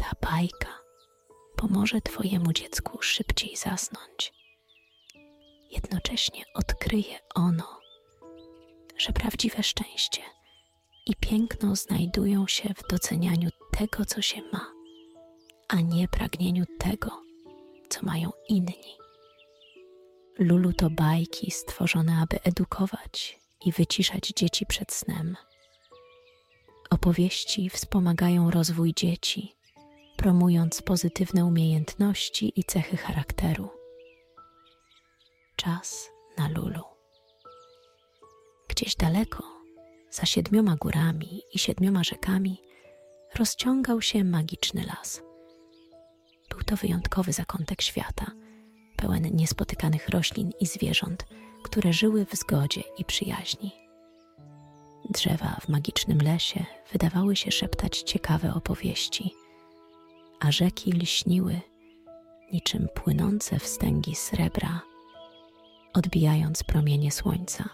ta bajka pomoże twojemu dziecku szybciej zasnąć. Jednocześnie odkryje ono, że prawdziwe szczęście i piękno znajdują się w docenianiu tego, co się ma, a nie pragnieniu tego, co mają inni. Lulu to bajki stworzone, aby edukować i wyciszać dzieci przed snem. Opowieści wspomagają rozwój dzieci, promując pozytywne umiejętności i cechy charakteru. Czas na Lulu. Gdzieś daleko, za 7 górami i 7 rzekami, rozciągał się magiczny las. Był to wyjątkowy zakątek świata, pełen niespotykanych roślin i zwierząt, które żyły w zgodzie i przyjaźni. Drzewa w magicznym lesie wydawały się szeptać ciekawe opowieści, a rzeki lśniły niczym płynące wstęgi srebra, odbijając promienie słońca.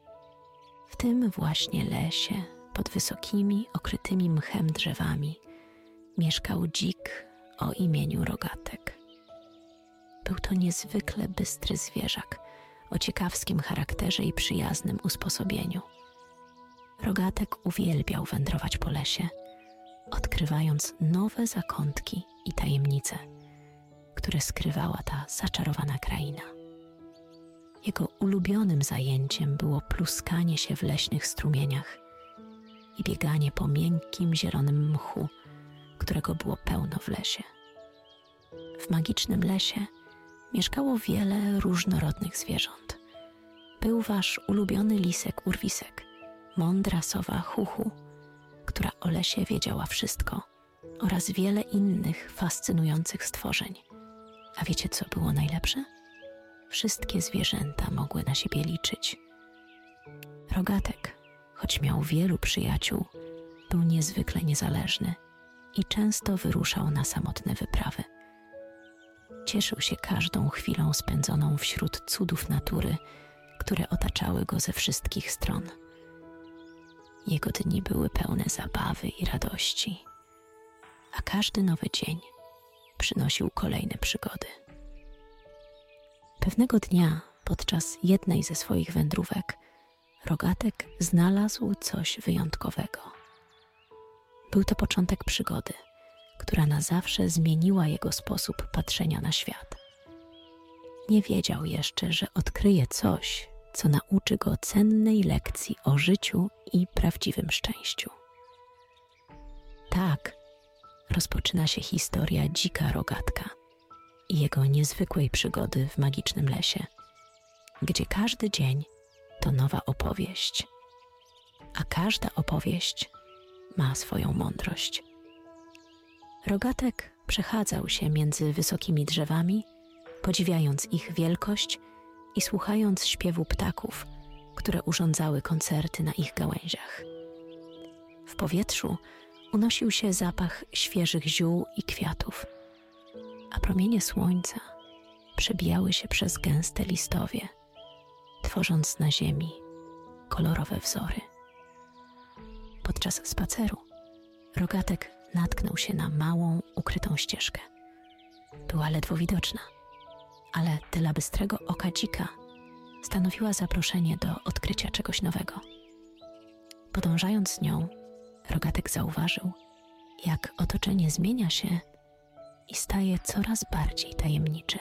W tym właśnie lesie, pod wysokimi, okrytymi mchem drzewami, mieszkał dzik o imieniu Rogatek. Był to niezwykle bystry zwierzak o ciekawskim charakterze i przyjaznym usposobieniu. Rogatek uwielbiał wędrować po lesie, odkrywając nowe zakątki i tajemnice, które skrywała ta zaczarowana kraina. Jego ulubionym zajęciem było pluskanie się w leśnych strumieniach i bieganie po miękkim, zielonym mchu, którego było pełno w lesie. W magicznym lesie mieszkało wiele różnorodnych zwierząt. Był wasz ulubiony lisek Urwisek, mądra sowa Chuchu, która o lesie wiedziała wszystko, oraz wiele innych fascynujących stworzeń. A wiecie, co było najlepsze? Wszystkie zwierzęta mogły na siebie liczyć. Rogatek, choć miał wielu przyjaciół, był niezwykle niezależny i często wyruszał na samotne wyprawy. Cieszył się każdą chwilą spędzoną wśród cudów natury, które otaczały go ze wszystkich stron. Jego dni były pełne zabawy i radości, a każdy nowy dzień przynosił kolejne przygody. Pewnego dnia, podczas jednej ze swoich wędrówek, Rogatek znalazł coś wyjątkowego. Był to początek przygody, która na zawsze zmieniła jego sposób patrzenia na świat. Nie wiedział jeszcze, że odkryje coś, co nauczy go cennej lekcji o życiu i prawdziwym szczęściu. Tak rozpoczyna się historia dzika Rogatka i jego niezwykłej przygody w magicznym lesie, gdzie każdy dzień to nowa opowieść, a każda opowieść ma swoją mądrość. Rogatek przechadzał się między wysokimi drzewami, podziwiając ich wielkość i słuchając śpiewu ptaków, które urządzały koncerty na ich gałęziach. W powietrzu unosił się zapach świeżych ziół i kwiatów, a promienie słońca przebijały się przez gęste listowie, tworząc na ziemi kolorowe wzory. Podczas spaceru Rogatek natknął się na małą, ukrytą ścieżkę. Była ledwo widoczna, ale dla bystrego oka dzika stanowiła zaproszenie do odkrycia czegoś nowego. Podążając nią, Rogatek zauważył, jak otoczenie zmienia się i staje coraz bardziej tajemnicze.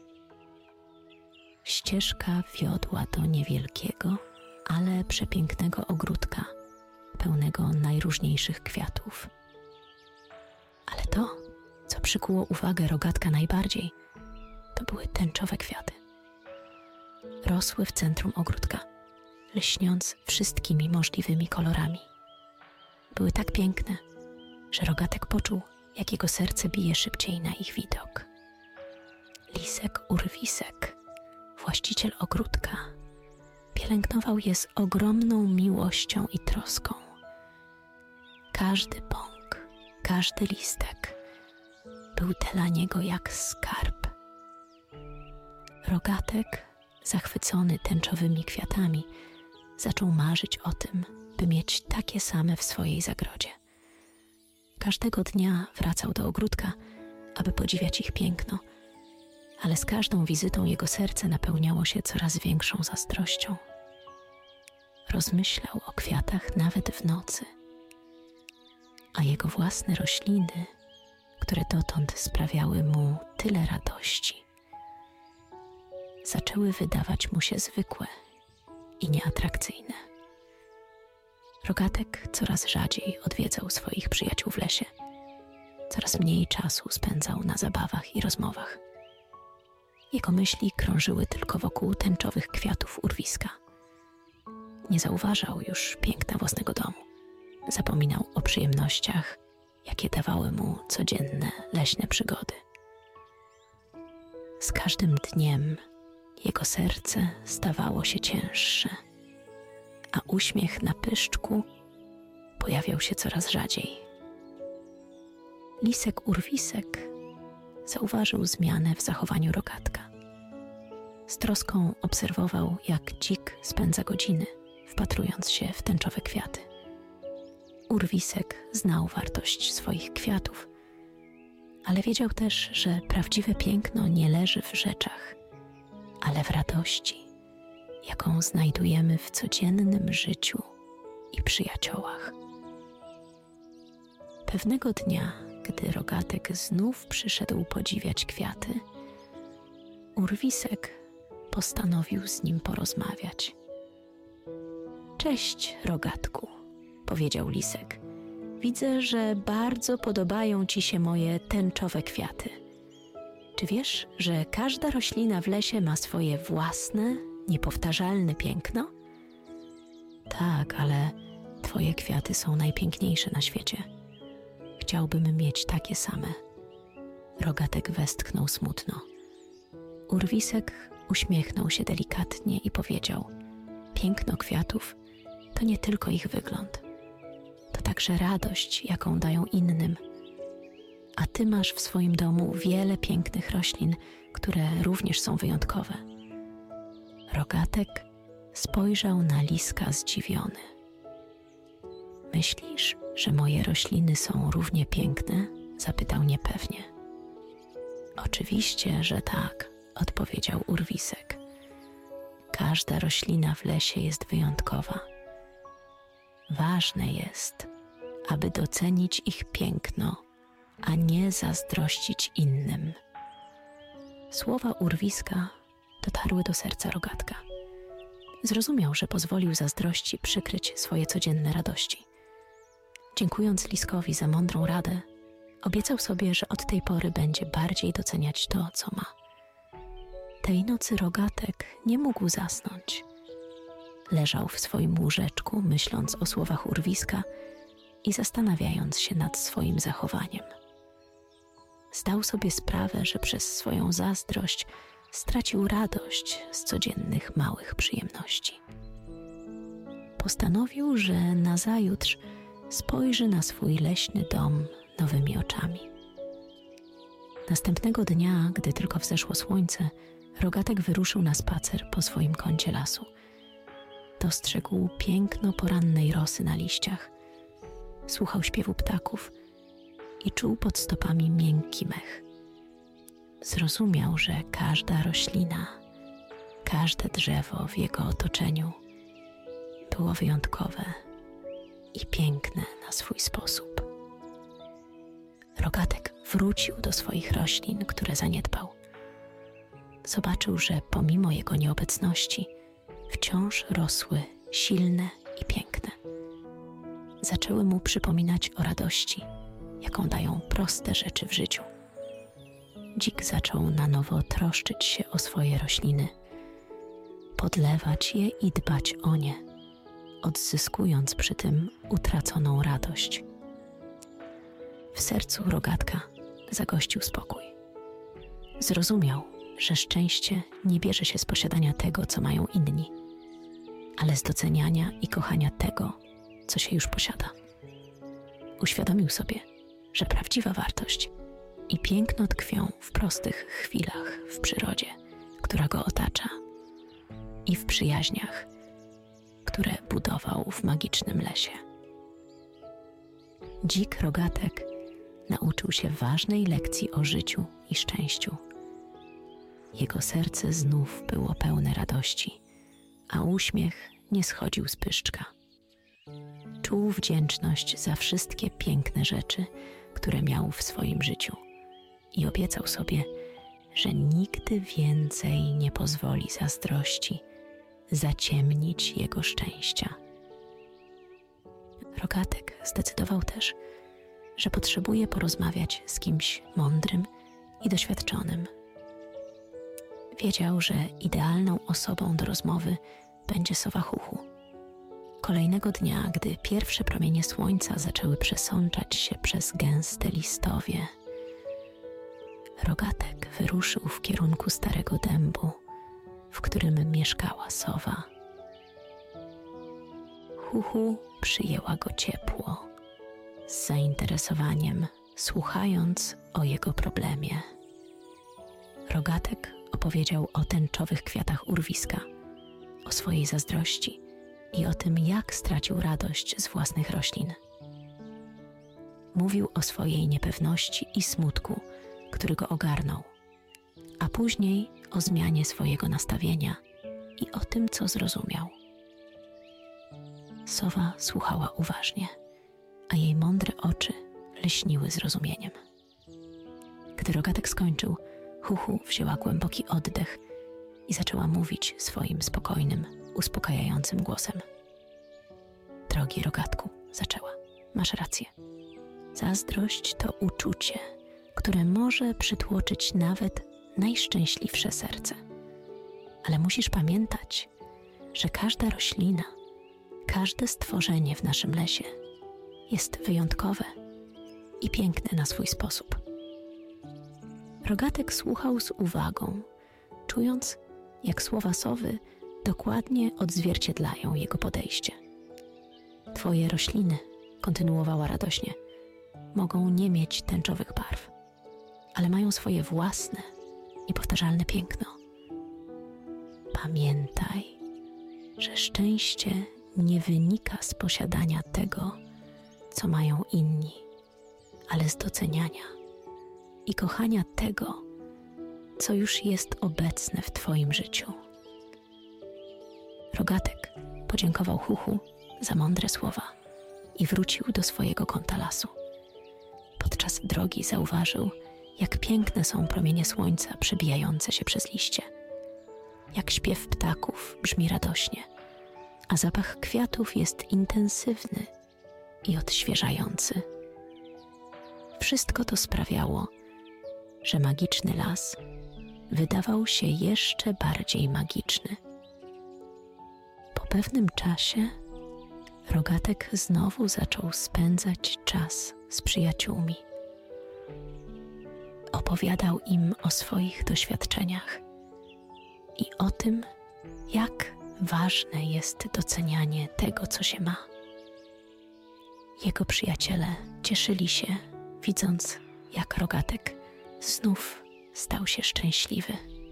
Ścieżka wiodła do niewielkiego, ale przepięknego ogródka, pełnego najróżniejszych kwiatów. Ale to, co przykuło uwagę Rogatka najbardziej, to były tęczowe kwiaty. Rosły w centrum ogródka, lśniąc wszystkimi możliwymi kolorami. Były tak piękne, że Rogatek poczuł, jak jego serce bije szybciej na ich widok. Lisek Urwisek, właściciel ogródka, pielęgnował je z ogromną miłością i troską. Każdy pąk, każdy listek był dla niego jak skarb. Rogatek, zachwycony tęczowymi kwiatami, zaczął marzyć o tym, by mieć takie same w swojej zagrodzie. Każdego dnia wracał do ogródka, aby podziwiać ich piękno, ale z każdą wizytą jego serce napełniało się coraz większą zazdrością. Rozmyślał o kwiatach nawet w nocy, a jego własne rośliny, które dotąd sprawiały mu tyle radości, zaczęły wydawać mu się zwykłe i nieatrakcyjne. Rogatek coraz rzadziej odwiedzał swoich przyjaciół w lesie, coraz mniej czasu spędzał na zabawach i rozmowach. Jego myśli krążyły tylko wokół tęczowych kwiatów urwiska. Nie zauważał już piękna własnego domu. Zapominał o przyjemnościach, jakie dawały mu codzienne leśne przygody. Z każdym dniem jego serce stawało się cięższe, a uśmiech na pyszczku pojawiał się coraz rzadziej. Lisek Urwisek zauważył zmianę w zachowaniu Rogatka. Z troską obserwował, jak dzik spędza godziny, wpatrując się w tęczowe kwiaty. Urwisek znał wartość swoich kwiatów, ale wiedział też, że prawdziwe piękno nie leży w rzeczach, ale w radości, jaką znajdujemy w codziennym życiu i przyjaciołach. Pewnego dnia, gdy Rogatek znów przyszedł podziwiać kwiaty, Urwisek postanowił z nim porozmawiać. Cześć, Rogatku, powiedział Lisek. Widzę, że bardzo podobają ci się moje tęczowe kwiaty. Czy wiesz, że każda roślina w lesie ma swoje własne, niepowtarzalne piękno? Tak, ale twoje kwiaty są najpiękniejsze na świecie. Chciałbym mieć takie same. Rogatek westchnął smutno. Urwisek uśmiechnął się delikatnie i powiedział: piękno kwiatów to nie tylko ich wygląd. To także radość, jaką dają innym. A ty masz w swoim domu wiele pięknych roślin, które również są wyjątkowe. Rogatek spojrzał na Liska zdziwiony. Myślisz, że moje rośliny są równie piękne? Zapytał niepewnie. Oczywiście, że tak, odpowiedział Urwisek. Każda roślina w lesie jest wyjątkowa. Ważne jest, aby docenić ich piękno, a nie zazdrościć innym. Słowa Urwiska dotarły do serca Rogatka. Zrozumiał, że pozwolił zazdrości przykryć swoje codzienne radości. Dziękując Liskowi za mądrą radę, obiecał sobie, że od tej pory będzie bardziej doceniać to, co ma. Tej nocy Rogatek nie mógł zasnąć. Leżał w swoim łóżeczku, myśląc o słowach Urwiska i zastanawiając się nad swoim zachowaniem. Zdał sobie sprawę, że przez swoją zazdrość stracił radość z codziennych małych przyjemności. Postanowił, że nazajutrz spojrzy na swój leśny dom nowymi oczami. Następnego dnia, gdy tylko wzeszło słońce, Rogatek wyruszył na spacer po swoim kącie lasu. Dostrzegł piękno porannej rosy na liściach, słuchał śpiewu ptaków i czuł pod stopami miękki mech. Zrozumiał, że każda roślina, każde drzewo w jego otoczeniu było wyjątkowe i piękne na swój sposób. Rogatek wrócił do swoich roślin, które zaniedbał. Zobaczył, że pomimo jego nieobecności wciąż rosły silne i piękne. Zaczęły mu przypominać o radości, jaką dają proste rzeczy w życiu. Dzik zaczął na nowo troszczyć się o swoje rośliny, podlewać je i dbać o nie, odzyskując przy tym utraconą radość. W sercu Rogatka zagościł spokój. Zrozumiał, że szczęście nie bierze się z posiadania tego, co mają inni, ale z doceniania i kochania tego, co się już posiada. Uświadomił sobie, że prawdziwa wartość i piękno tkwią w prostych chwilach w przyrodzie, która go otacza, i w przyjaźniach, które budował w magicznym lesie. Dzik Rogatek nauczył się ważnej lekcji o życiu i szczęściu. Jego serce znów było pełne radości, a uśmiech nie schodził z pyszczka. Czuł wdzięczność za wszystkie piękne rzeczy, które miał w swoim życiu i obiecał sobie, że nigdy więcej nie pozwoli zazdrości zaciemnić jego szczęścia. Rogatek zdecydował też, że potrzebuje porozmawiać z kimś mądrym i doświadczonym. Wiedział, że idealną osobą do rozmowy będzie sowa Huchu. Kolejnego dnia, gdy pierwsze promienie słońca zaczęły przesączać się przez gęste listowie, Rogatek wyruszył w kierunku starego dębu, w którym mieszkała sowa. Huchu przyjęła go ciepło, z zainteresowaniem słuchając o jego problemie. Rogatek opowiedział o tęczowych kwiatach urwiska, o swojej zazdrości i o tym, jak stracił radość z własnych roślin. Mówił o swojej niepewności i smutku, który go ogarnął, a później o zmianie swojego nastawienia i o tym, co zrozumiał. Sowa słuchała uważnie, a jej mądre oczy lśniły zrozumieniem. Gdy Rogatek skończył, Huchu wzięła głęboki oddech i zaczęła mówić swoim spokojnym, uspokajającym głosem. Drogi Rogatku, zaczęła, masz rację. Zazdrość to uczucie, które może przytłoczyć nawet najszczęśliwsze serce. Ale musisz pamiętać, że każda roślina, każde stworzenie w naszym lesie jest wyjątkowe i piękne na swój sposób. Rogatek słuchał z uwagą, czując, jak słowa sowy dokładnie odzwierciedlają jego podejście. Twoje rośliny, kontynuowała radośnie, mogą nie mieć tęczowych barw, ale mają swoje własne, niepowtarzalne piękno. Pamiętaj, że szczęście nie wynika z posiadania tego, co mają inni, ale z doceniania i kochania tego, co już jest obecne w twoim życiu. Rogatek podziękował Huchu za mądre słowa i wrócił do swojego kąta lasu. Podczas drogi zauważył, jak piękne są promienie słońca przebijające się przez liście, jak śpiew ptaków brzmi radośnie, a zapach kwiatów jest intensywny i odświeżający. Wszystko to sprawiało, że magiczny las wydawał się jeszcze bardziej magiczny. Po pewnym czasie Rogatek znowu zaczął spędzać czas z przyjaciółmi. Opowiadał im o swoich doświadczeniach i o tym, jak ważne jest docenianie tego, co się ma. Jego przyjaciele cieszyli się, widząc, jak Rogatek znów stał się szczęśliwy.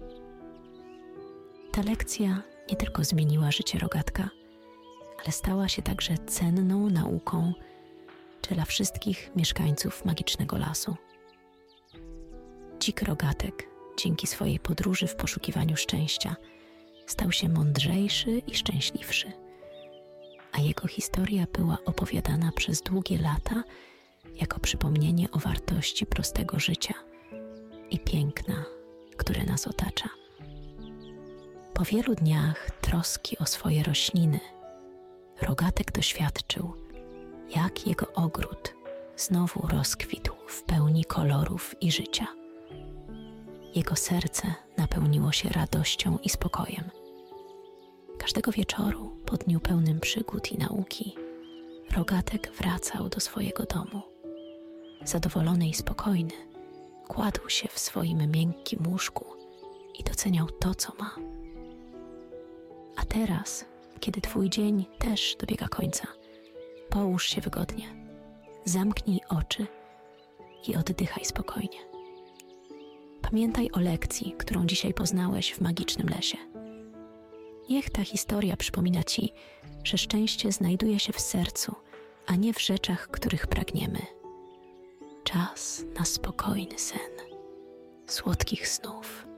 Ta lekcja nie tylko zmieniła życie Rogatka, ale stała się także cenną nauką dla wszystkich mieszkańców magicznego lasu. Dzik Rogatek, dzięki swojej podróży w poszukiwaniu szczęścia, stał się mądrzejszy i szczęśliwszy, a jego historia była opowiadana przez długie lata jako przypomnienie o wartości prostego życia i piękna, które nas otacza. Po wielu dniach troski o swoje rośliny, Rogatek doświadczył, jak jego ogród znowu rozkwitł w pełni kolorów i życia. Jego serce napełniło się radością i spokojem. Każdego wieczoru, po dniu pełnym przygód i nauki, Rogatek wracał do swojego domu. Zadowolony i spokojny, kładł się w swoim miękkim łóżku i doceniał to, co ma. A teraz, kiedy twój dzień też dobiega końca, połóż się wygodnie, zamknij oczy i oddychaj spokojnie. Pamiętaj o lekcji, którą dzisiaj poznałeś w magicznym lesie. Niech ta historia przypomina ci, że szczęście znajduje się w sercu, a nie w rzeczach, których pragniemy. czas na spokojny sen. Słodkich snów.